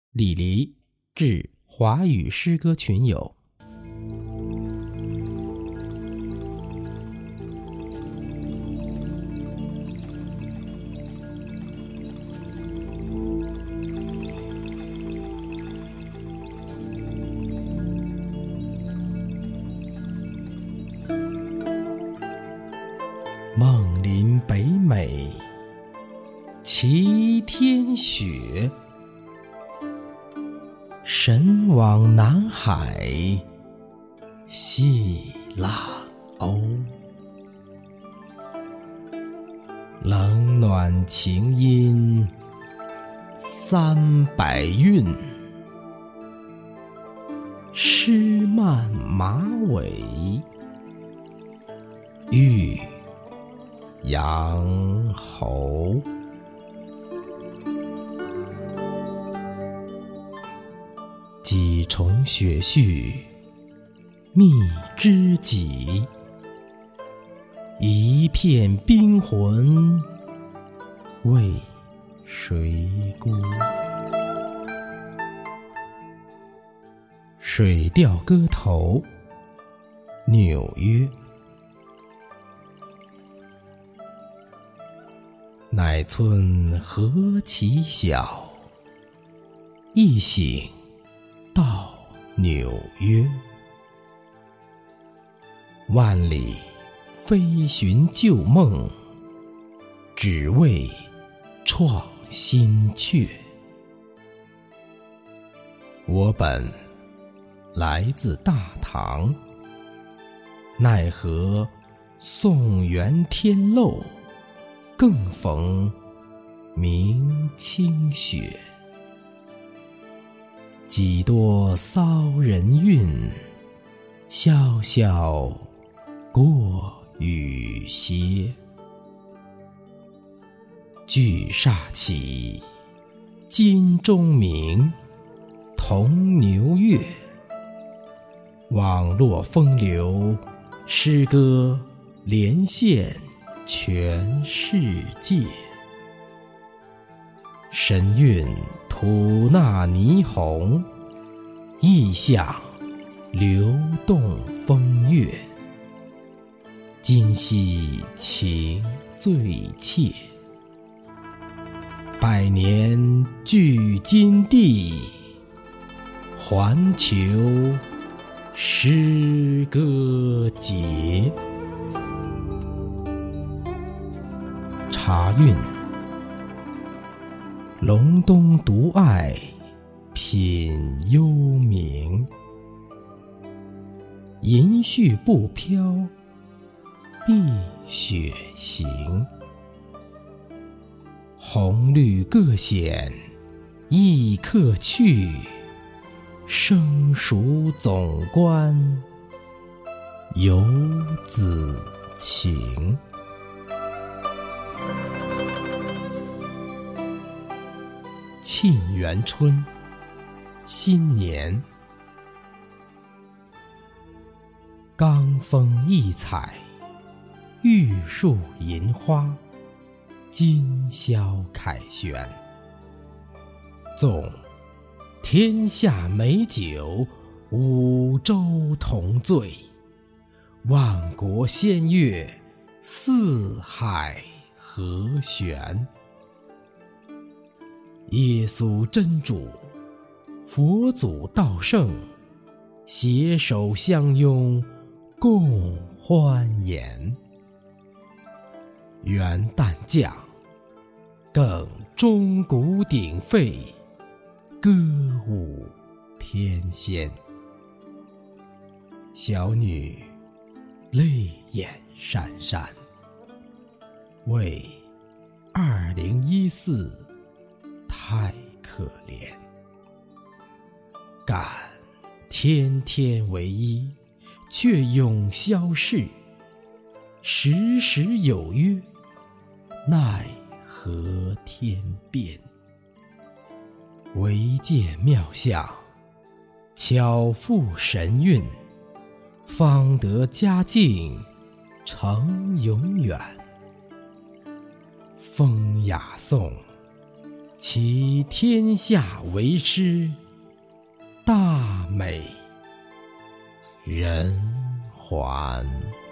李黎致华语诗歌群友。梦临北美，齐天雪，神往南海，细浪鸥。冷暖情音300韵，诗漫马尾，欲扬喉。几重雪絮觅知己，一片冰魂为谁孤？水调歌头，纽约。乃村何其小，一醒到纽约。万里飞寻旧梦，只为创新阙。我本来自大唐，奈何宋元天漏，更逢明清雪。几多骚人韵，潇潇过雨歇。巨煞起，金钟鸣，铜牛乐。网络风流，诗歌连线全世界。神韵吐纳霓虹，意象流动风月。今夕情最切，百年聚金地，环球诗歌节。茶韵，隆冬独爱品幽冥。银絮不飘，碧雪行。红绿各显，异客去。生熟总观，游子情。沁园春，新年。罡风异彩，玉树银花，今宵凯旋。纵天下美酒，五洲同醉。万国仙乐，四海和弦。耶稣真主，佛祖道圣，携手相拥共欢颜。元旦降，更钟鼓鼎沸，歌舞翩跹。小女泪眼潸潸，为2014太可怜。感天天为一，却永消逝。时时有约，奈何天变。唯见妙相，巧赋神韵，方得佳境成永远。风雅颂， 其天下为师，大美人寰。